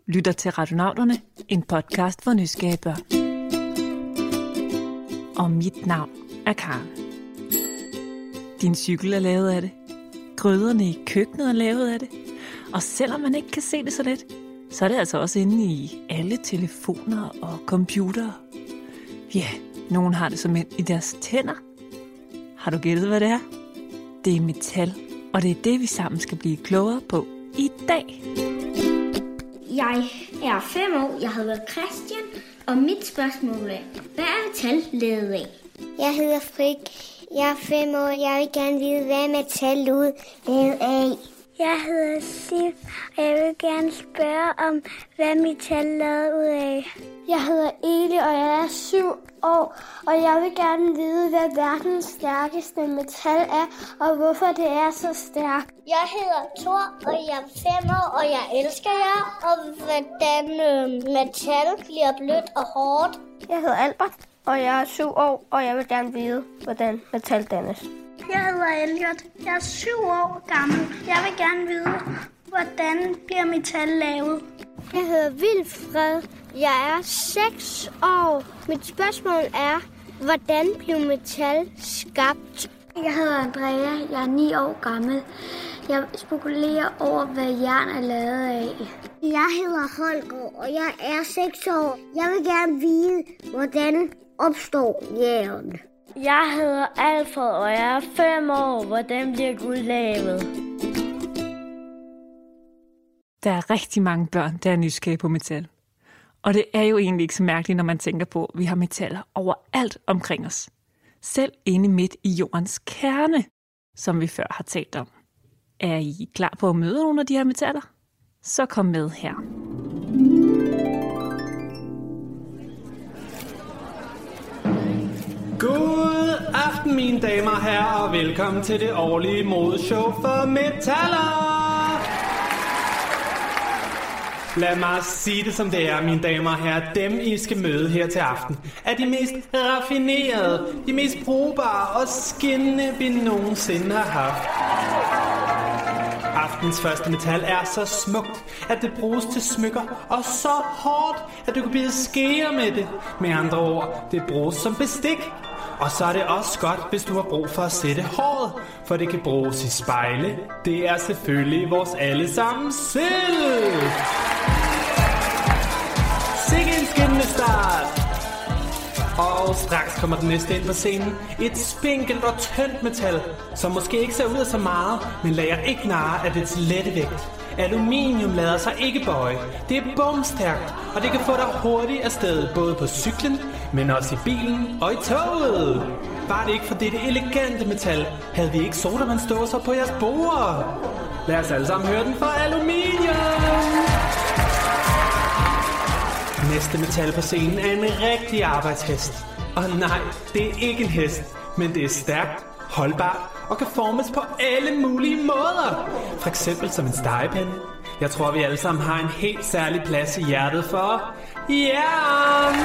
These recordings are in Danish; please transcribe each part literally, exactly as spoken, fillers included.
lytter til Radionauterne, en podcast for nysgerrige børn. Og mit navn er Karen. Din cykel er lavet af det. Gryderne i køkkenet er lavet af det. Og selvom man ikke kan se det så let, så er det altså også inde i alle telefoner og computere. Ja, nogen har det som i deres tænder. Har du gættet, hvad det er? Det er metal, og det er det, vi sammen skal blive klogere på i dag. Jeg er fem år, jeg hedder Christian, og mit spørgsmål er, hvad er metal lavet af? Jeg hedder Frik, jeg er fem år, jeg vil gerne vide, hvad er metal lavet af? Jeg hedder Siv, og jeg vil gerne spørge om, hvad metal er lavet ud af. Jeg hedder Eli, og jeg er syv år, og jeg vil gerne vide, hvad verdens stærkeste metal er, og hvorfor det er så stærkt. Jeg hedder Thor, og jeg er fem år, og jeg elsker jer, og hvordan øh, metal bliver blødt og hårdt. Jeg hedder Albert, og jeg er syv år, og jeg vil gerne vide, hvordan metal dannes. Jeg hedder Elliot. Jeg er syv år gammel. Jeg vil gerne vide, hvordan bliver metal lavet. Jeg hedder Vilfred. Jeg er seks år. Mit spørgsmål er, hvordan blev metal skabt? Jeg hedder Andrea. Jeg er ni år gammel. Jeg spekulerer over, hvad jern er lavet af. Jeg hedder Holger, og jeg er seks år. Jeg vil gerne vide, hvordan opstår jern. Jeg hedder Alfred, og jeg er fem år. Hvordan bliver guld lavet? Der er rigtig mange børn, der er nysgerrige på metal. Og det er jo egentlig ikke så mærkeligt, når man tænker på, at vi har metaller overalt omkring os. Selv inde midt i jordens kerne, som vi før har talt om. Er I klar på at møde nogle af de her metaller? Så kom med her. God aften, mine damer og herrer, og velkommen til det årlige modeshow for metaller. Lad mig sige det som det er, mine damer og herrer. Dem, I skal møde her til aften, er de mest raffinerede, de mest brugbare og skinnende, vi nogensinde har haft. Aftens første metal er så smukt, at det bruges til smykker, og så hårdt, at du kan bide skeer med det. Med andre ord, det bruges som bestik. Og så er det også godt, hvis du har brug for at sætte håret, for det kan bruges i spejle. Det er selvfølgelig vores allesammen selv. Sikke en skinnende start. Og straks kommer den næste ind på scenen. Et spinkelt og tyndt metal, som måske ikke ser ud af så meget, men lader ikke narre af dets lette vægt. Aluminium lader sig ikke bøje. Det er bomstærkt, og det kan få dig hurtigt afsted, både på cyklen, men også i bilen og i toget. Var det ikke for dette elegante metal, havde vi ikke sodavandsdåser på jeres bord. Lad os alle sammen høre den for aluminium. Næste metal på scenen er en rigtig arbejdshest. Og nej, det er ikke en hest, men det er stærkt, holdbart og kan formes på alle mulige måder. For eksempel som en stegepande. Jeg tror, vi alle sammen har en helt særlig plads i hjertet for jern.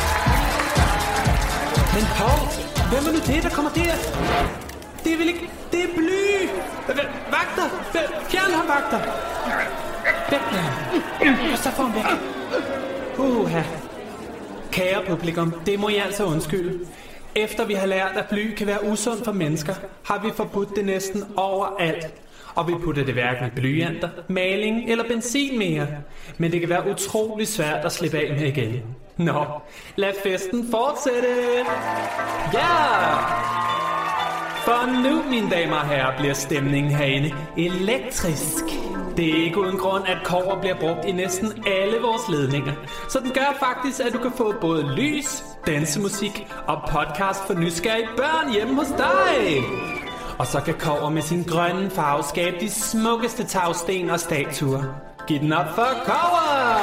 Men hov, hvem er nu det, der kommer der? Det er vel ikke... Det er bly! Vagter! Fjern ham, vagter! Væk med ham! Og så får han væk. Uha. Kære publikum, det må I altså undskylde. Efter vi har lært, at bly kan være usundt for mennesker, har vi forbudt det næsten overalt. Og vi putter det hverken i blyanter, maling eller benzin mere. Men det kan være utrolig svært at slippe af med igen. Nå, lad festen fortsætte. Ja! For nu, mine damer og herrer, bliver stemningen herinde elektrisk. Det er ikke uden grund, at kobber bliver brugt i næsten alle vores ledninger. Så den gør faktisk, at du kan få både lys, dansemusik og podcast for nysgerrige børn hjemme hos dig. Og så kan kobber med sin grønne farve skabe de smukkeste tagsten og statuer. Giv den op for kobber!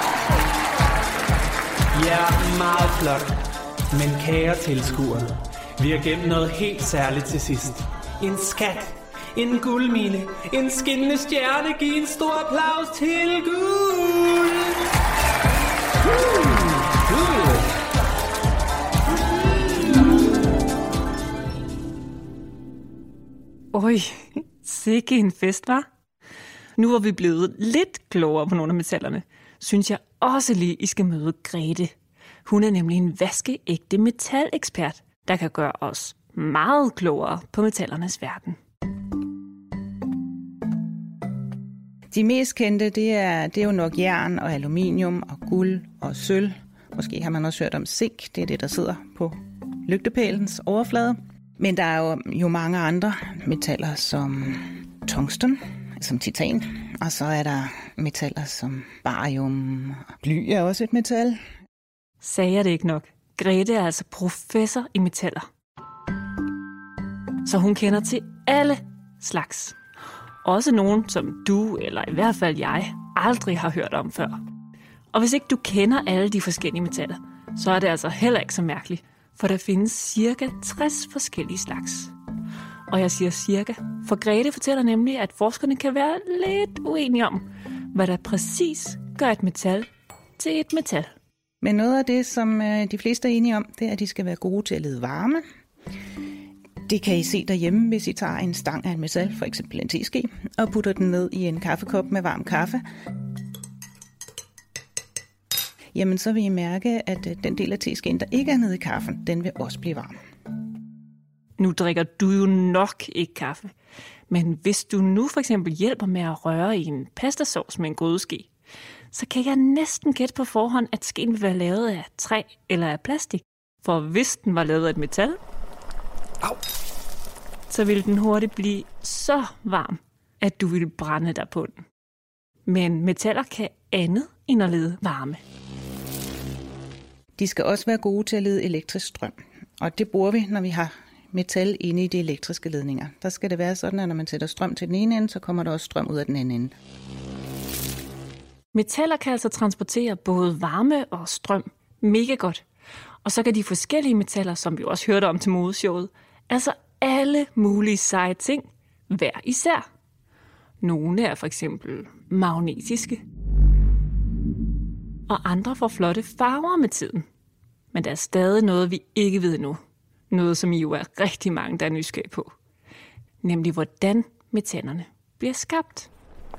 Ja, meget flot. Men kære tilskuere, vi har gemt noget helt særligt til sidst. En skat. En guldmine. En skinnende stjerne. Giv en stor applaus til guld. Oj, sikke en fest, hva'? Nu var vi blevet lidt klogere på nogle af metallerne. synes jeg også lige, I skal møde Grete. Hun er nemlig en vaskeægte metalekspert, der kan gøre os meget klogere på metallernes verden. De mest kendte, det er, det er jo nok jern og aluminium og guld og sølv. Måske har man også hørt om zink, det er det, der sidder på lygtepælens overflade. Men der er jo, jo mange andre metaller som tungsten, som titan. Og så er der metaller som barium. Bly er også et metal. Sagde jeg det ikke nok? Grete er altså professor i metaller. Så hun kender til alle slags. Også nogen, som du, eller i hvert fald jeg, aldrig har hørt om før. Og hvis ikke du kender alle de forskellige metaller, så er det altså heller ikke så mærkeligt, for der findes cirka tres forskellige slags. Og jeg siger cirka, for Grete fortæller nemlig, at forskerne kan være lidt uenige om, hvad der præcis gør et metal til et metal. Men noget af det, som de fleste er enige om, det er, at de skal være gode til at lede varme. Det kan I se derhjemme, hvis I tager en stang af en metal, for eksempel en teske, og putter den ned i en kaffekop med varm kaffe. Jamen, så vil I mærke, at den del af teskeen, der ikke er nede i kaffen, den vil også blive varm. Nu drikker du jo nok ikke kaffe, men hvis du nu for eksempel hjælper med at røre i en pastasauce med en grydeske, så kan jeg næsten gætte på forhånd, at skeen vil være lavet af træ eller af plastik. For hvis den var lavet af et metal, Au. så ville den hurtigt blive så varm, at du ville brænde dig på den. Men metaller kan andet end at lede varme. De skal også være gode til at lede elektrisk strøm. Og det bruger vi, når vi har metal inde i de elektriske ledninger. Der skal det være sådan, at når man sætter strøm til den ene ende, så kommer der også strøm ud af den anden ende. Metaller kan altså transportere både varme og strøm mega godt. Og så kan de forskellige metaller, som vi også hørte om til modeshowet, altså alle mulige seje ting, hver især. Nogle er for eksempel magnetiske, og andre får flotte farver med tiden. Men der er stadig noget, vi ikke ved endnu. Noget, som I jo er rigtig mange, der er nysgerrige på. Nemlig, hvordan metallerne bliver skabt.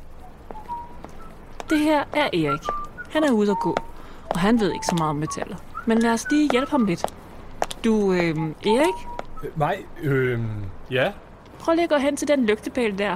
Det her er Erik. Han er ude at gå, og han ved ikke så meget om metaller. Men lad os lige hjælpe ham lidt. Du, øh, Erik? Nej, øh, ja. Prøv lige at gå hen til den lygtepæl der.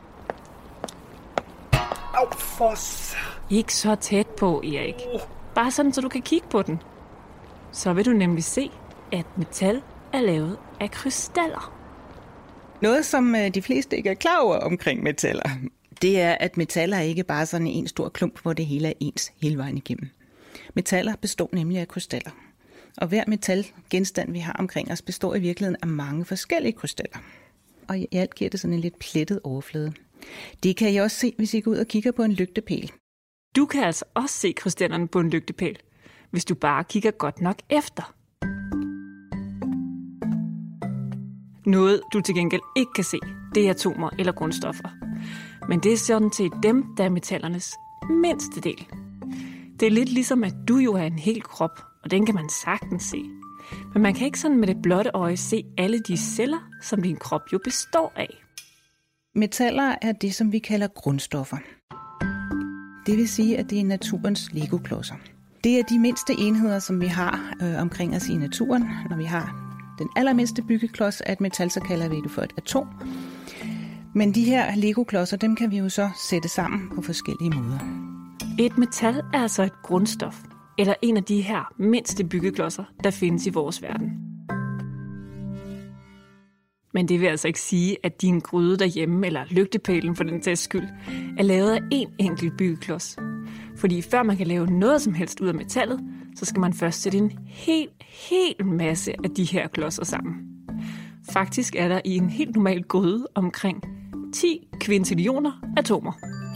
Au, for... Ikke så tæt på, Erik. Bare sådan, så du kan kigge på den. Så vil du nemlig se, at metal er lavet af krystaller. Noget, som de fleste ikke er klar over omkring metaller, det er, at metaller ikke bare er sådan en stor klump, hvor det hele er ens hele vejen igennem. Metaller består nemlig af krystaller. Og hver metalgenstand, vi har omkring os, består i virkeligheden af mange forskellige krystaller. Og i alt giver det sådan en lidt plettet overflade. Det kan I også se, hvis I går ud og kigger på en lygtepæl. Du kan altså også se krystallerne på en lygtepæl, hvis du bare kigger godt nok efter. Noget, du til gengæld ikke kan se, det er atomer eller grundstoffer. Men det er sådan set dem, der er metallernes mindste del. Det er lidt ligesom, at du jo er en hel krop, og den kan man sagtens se. Men man kan ikke sådan med det blotte øje se alle de celler, som din krop jo består af. Metaller er det, som vi kalder grundstoffer. Det vil sige, at det er naturens legoklodser. Det er de mindste enheder, som vi har øh, omkring os i naturen. Når vi har den allermindste byggeklods af et metal, så kalder vi det for et atom. Men de her legoklodser, dem kan vi jo så sætte sammen på forskellige måder. Et metal er altså et grundstof, eller en af de her mindste byggeklodser, der findes i vores verden. Men det vil altså ikke sige, at din gryde derhjemme, eller lygtepælen for den sags skyld, er lavet af én enkelt byggeklods. Fordi før man kan lave noget som helst ud af metallet, så skal man først sætte en helt, helt masse af de her klodser sammen. Faktisk er der i en helt normal gryde omkring ti kvintillioner atomer.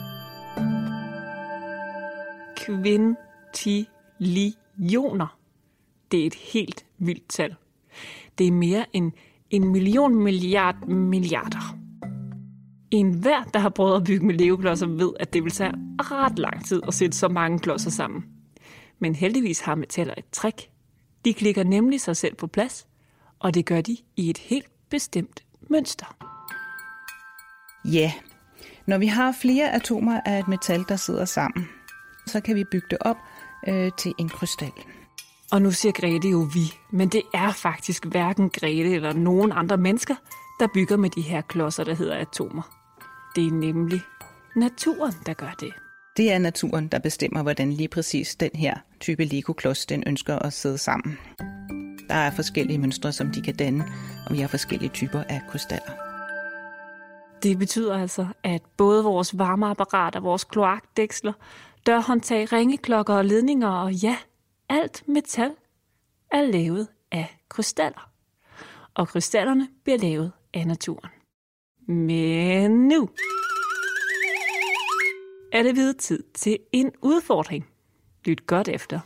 Kvintillioner. Det er et helt vildt tal. Det er mere end en million milliard milliarder. En hver, der har prøvet at bygge med legoklodser, ved, at det vil tage ret lang tid at sætte så mange klodser sammen. Men heldigvis har metaller et trick. De klikker nemlig sig selv på plads, og det gør de i et helt bestemt mønster. Ja, når vi har flere atomer af et metal, der sidder sammen, Så kan vi bygge det op øh, til en krystal. Og nu siger Grete jo vi, men det er faktisk hverken Grete eller nogen andre mennesker, der bygger med de her klodser, der hedder atomer. Det er nemlig naturen, der gør det. Det er naturen, der bestemmer, hvordan lige præcis den her type Lego-klods, den ønsker at sidde sammen. Der er forskellige mønstre, som de kan danne, og vi har forskellige typer af krystaller. Det betyder altså, at både vores varmeapparater, vores kloakdæksler, dørhåndtag, ringeklokker og ledninger og ja, alt metal er lavet af krystaller. Og krystallerne bliver lavet af naturen. Men nu er det blevet tid til en udfordring. Lyt godt efter.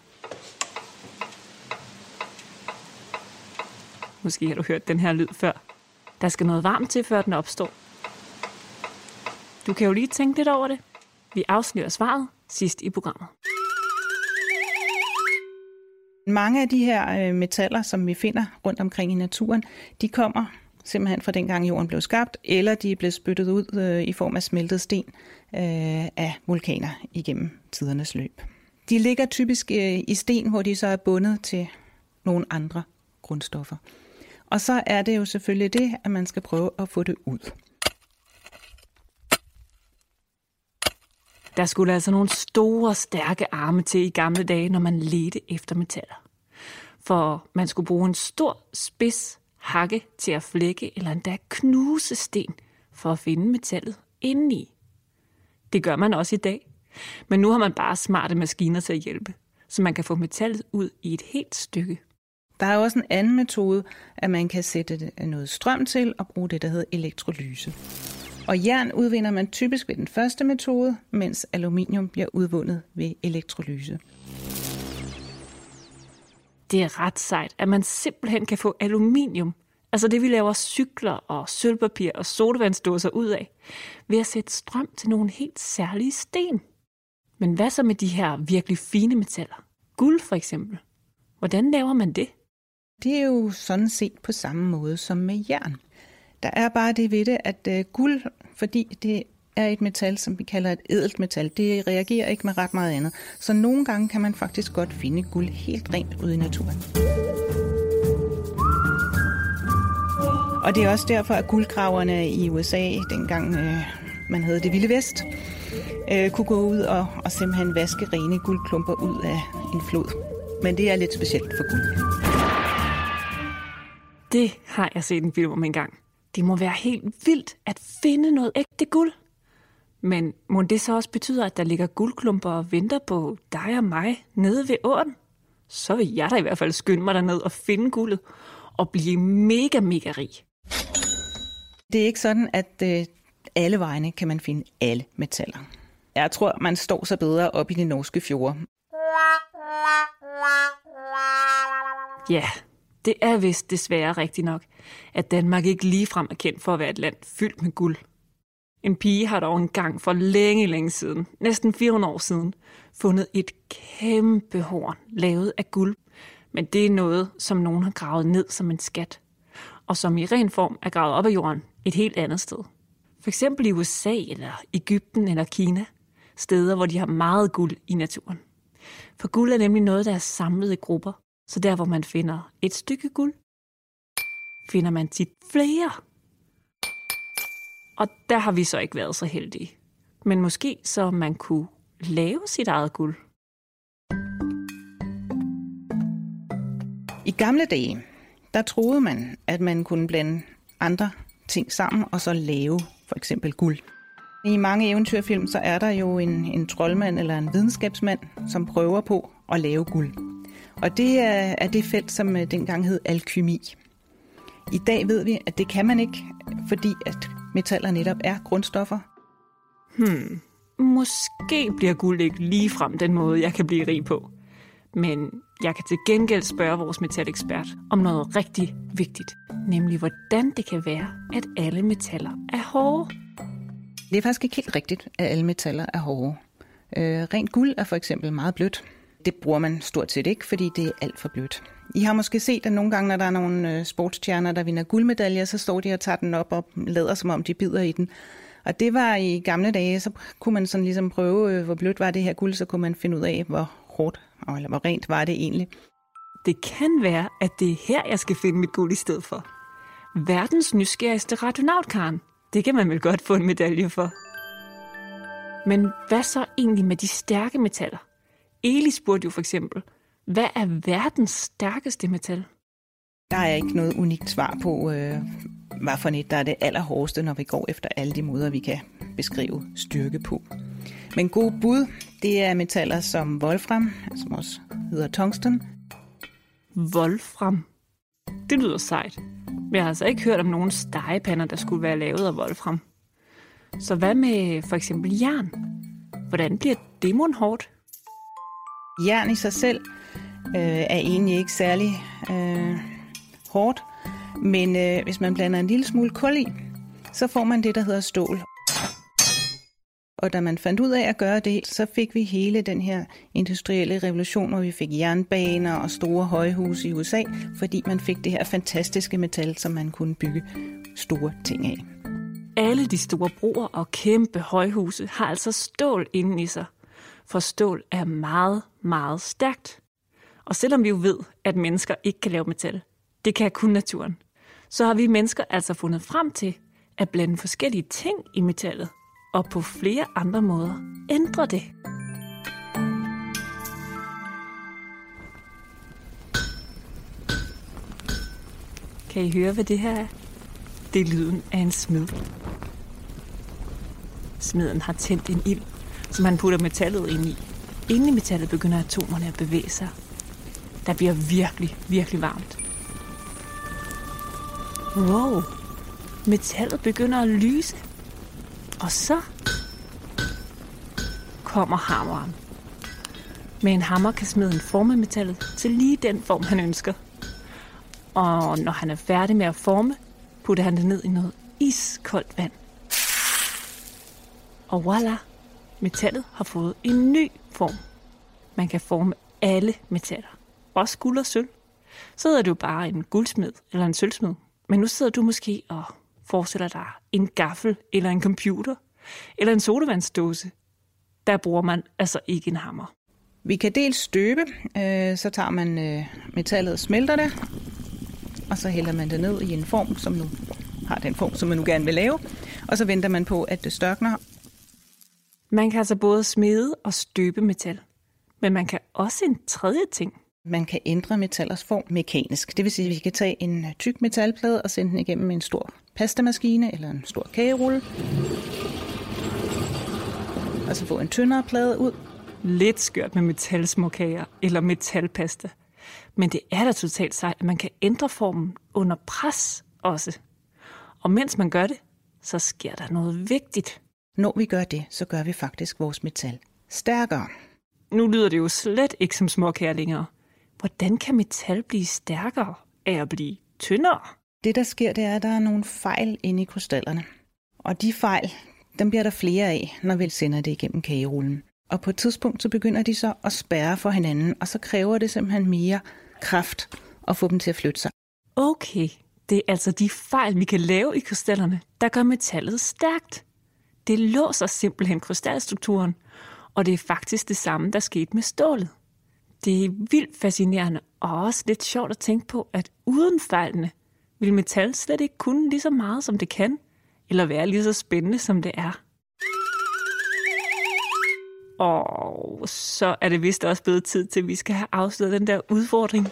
Måske har du hørt den her lyd før. Der skal noget varmt til, før den opstår. Du kan jo lige tænke lidt over det. Vi afslører svaret sidst i programmet. Mange af de her metaller, som vi finder rundt omkring i naturen, de kommer simpelthen fra dengang jorden blev skabt, eller de er blevet spyttet ud øh, i form af smeltet sten øh, af vulkaner igennem tidernes løb. De ligger typisk øh, i sten, hvor de så er bundet til nogle andre grundstoffer. Og så er det jo selvfølgelig det, at man skal prøve at få det ud. Der skulle altså nogle store, stærke arme til i gamle dage, når man ledte efter metaller. For man skulle bruge en stor, spids hakke til at flække eller endda knuse sten for at finde metallet indeni. Det gør man også i dag. Men nu har man bare smarte maskiner til at hjælpe, så man kan få metallet ud i et helt stykke. Der er også en anden metode, at man kan sætte noget strøm til og bruge det, der hedder elektrolyse. Og jern udvinder man typisk ved den første metode, mens aluminium bliver udvundet ved elektrolyse. Det er ret sejt, at man simpelthen kan få aluminium, altså det vi laver cykler og sølvpapir og sodavandsdåser ud af, ved at sætte strøm til nogle helt særlige sten. Men hvad så med de her virkelig fine metaller? Guld for eksempel. Hvordan laver man det? Det er jo sådan set på samme måde som med jern. Der er bare det ved det, at uh, guld, fordi det er et metal, som vi kalder et ædelt metal, det reagerer ikke med ret meget andet. Så nogle gange kan man faktisk godt finde guld helt rent ude i naturen. Og det er også derfor, at guldgraverne i U S A, dengang øh, man havde det vilde vest, øh, kunne gå ud og, og simpelthen vaske rene guldklumper ud af en flod. Men det er lidt specielt for guld. Det har jeg set en film om engang. Det må være helt vildt at finde noget ægte guld. Men må det så også betyder, at der ligger guldklumper og venter på dig og mig nede ved åen? Så vil jeg da i hvert fald skynde mig derned og finde guldet og blive mega, mega rig. Det er ikke sådan, at øh, alle vegne kan man finde alle metaller. Jeg tror, man står så bedre op i de norske fjorde. Ja, det er vist desværre rigtigt nok, at Danmark ikke ligefrem er kendt for at være et land fyldt med guld. En pige har dog engang for længe, længe siden, næsten fire hundrede år siden, fundet et kæmpe horn lavet af guld. Men det er noget, som nogen har gravet ned som en skat, og som i ren form er gravet op af jorden et helt andet sted. For eksempel i U S A eller Egypten eller Kina, steder hvor de har meget guld i naturen. For guld er nemlig noget, der er samlet i grupper, så der hvor man finder et stykke guld, finder man tit flere. Og der har vi så ikke været så heldige. Men måske så man kunne lave sit eget guld. I gamle dage, der troede man, at man kunne blande andre ting sammen og så lave for eksempel guld. I mange eventyrfilm, så er der jo en, en troldmand eller en videnskabsmand, som prøver på at lave guld. Og det er, er det felt, som dengang hed alkymi. I dag ved vi, at det kan man ikke, fordi at metaller netop er grundstoffer. Hmm, måske bliver guld ikke ligefrem den måde, jeg kan blive rig på. Men jeg kan til gengæld spørge vores metalekspert om noget rigtig vigtigt. Nemlig, hvordan det kan være, at alle metaller er hårde. Det er faktisk ikke helt rigtigt, at alle metaller er hårde. Øh, rent guld er for eksempel meget blødt. Det bruger man stort set ikke, fordi det er alt for blødt. I har måske set, at nogle gange, når der er nogle sportsstjerner, der vinder guldmedaljer, så står de og tager den op og lader, som om de bider i den. Og det var i gamle dage, så kunne man sådan ligesom prøve, hvor blødt var det her guld, så kunne man finde ud af, hvor hårdt eller hvor rent var det egentlig. Det kan være, at det er her, jeg skal finde mit guld i stedet for. Verdens nysgerrigste radionautkaren. Det kan man vel godt få en medalje for. Men hvad så egentlig med de stærke metaller? Eli spurgte jo for eksempel, hvad er verdens stærkeste metal? Der er ikke noget unikt svar på, øh, hvad for et, der er det allerhårdeste, når vi går efter alle de måder, vi kan beskrive styrke på. Men gode bud, det er metaller som wolfram, som også hedder tungsten. Wolfram. Det lyder sejt. Men jeg har altså ikke hørt om nogen stegepander, der skulle være lavet af wolfram. Så hvad med for eksempel jern? Hvordan bliver det monhårdt? Jern i sig selv øh, er egentlig ikke særlig øh, hårdt, men øh, hvis man blander en lille smule kul i, så får man det, der hedder stål. Og da man fandt ud af at gøre det, så fik vi hele den her industrielle revolution, hvor vi fik jernbaner og store højhuse i U S A, fordi man fik det her fantastiske metal, som man kunne bygge store ting af. Alle de store broer og kæmpe højhuse har altså stål inden i sig, for stål er meget, meget stærkt. Og selvom vi jo ved, at mennesker ikke kan lave metal, det kan kun naturen, så har vi mennesker altså fundet frem til at blande forskellige ting i metallet, og på flere andre måder ændre det. Kan I høre, hvad det her er? Det er lyden af en smed. Smeden har tændt en ild, som han putter metallet ind i. Inden i metallet begynder atomerne at bevæge sig. Der bliver virkelig, virkelig varmt. Wow! Metallet begynder at lyse. Og så kommer hammeren. Med en hammer kan smeden forme metallet til lige den form, han ønsker. Og når han er færdig med at forme, putter han det ned i noget iskoldt vand. Og voilà! Metallet har fået en ny form. Man kan forme alle metaller. Også guld og sølv. Så hedder det jo bare en guldsmed eller en sølvsmed. Men nu sidder du måske og forestiller dig en gaffel eller en computer eller en sodavandsdåse. Der bruger man altså ikke en hammer. Vi kan dels støbe, øh, så tager man øh, metallet og smelter det, og så hælder man det ned i en form, som nu har den form, som man nu gerne vil lave, og så venter man på, at det størkner. Man kan altså både smede og støbe metal, men man kan også en tredje ting. Man kan ændre metallers form mekanisk. Det vil sige, at vi kan tage en tyk metalplade og sende den igennem en stor pastamaskine eller en stor kagerulle. Og så få en tyndere plade ud. Lidt skørt med metalsmåkager eller metalpasta. Men det er da totalt sejt, at man kan ændre formen under pres også. Og mens man gør det, så sker der noget vigtigt. Når vi gør det, så gør vi faktisk vores metal stærkere. Nu lyder det jo slet ikke som småkager længere. Hvordan kan metal blive stærkere af at blive tyndere? Det, der sker, det er, at der er nogle fejl inde i krystallerne. Og de fejl, dem bliver der flere af, når vi sender det igennem kagerullen. Og på et tidspunkt, så begynder de så at spærre for hinanden, og så kræver det simpelthen mere kraft at få dem til at flytte sig. Okay, det er altså de fejl, vi kan lave i krystallerne, der gør metallet stærkt. Det låser simpelthen krystalstrukturen, og det er faktisk det samme, der skete med stålet. Det er vildt fascinerende og også lidt sjovt at tænke på, at uden fejlene vil metal slet ikke kunne lige så meget, som det kan, eller være lige så spændende, som det er. Og så er det vist også blevet tid til, at vi skal have afsluttet den der udfordring.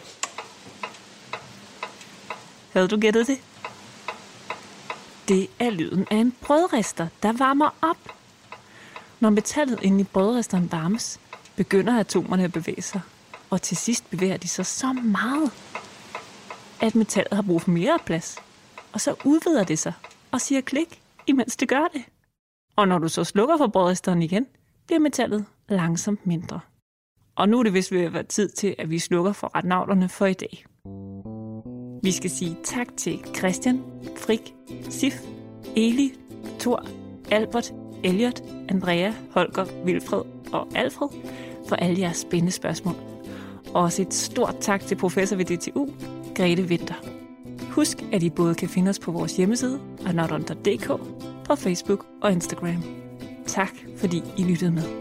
Havde du gættet det? Det er lyden af en brødrister, der varmer op. Når metallet inde i brødristeren varmes, begynder atomerne at bevæge sig. Og til sidst bevæger de sig så meget, at metallet har brug for mere plads. Og så udvider det sig og siger klik, imens det gør det. Og når du så slukker for brødristeren igen, bliver metallet langsomt mindre. Og nu er det vist ved at være tid til, at vi slukker for radionauterne for i dag. Vi skal sige tak til Christian, Frik, Sif, Eli, Thor, Albert, Elliot, Andrea, Holger, Wilfred og Alfred for alle jeres spændende spørgsmål. Også et stort tak til professor ved D T U, Grete Winther. Husk, at I både kan finde os på vores hjemmeside, radionauter punktum d k, på på Facebook og Instagram. Tak fordi I lyttede med.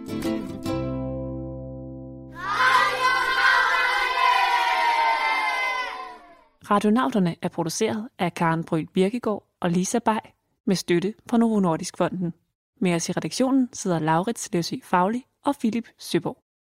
Radionauterne er produceret af Karen Bryl Birkegaard og Lisa Bay med støtte fra Novo Nordisk Fonden. Med os i redaktionen sidder Laurits Løsø Fagli og Philip Søborg.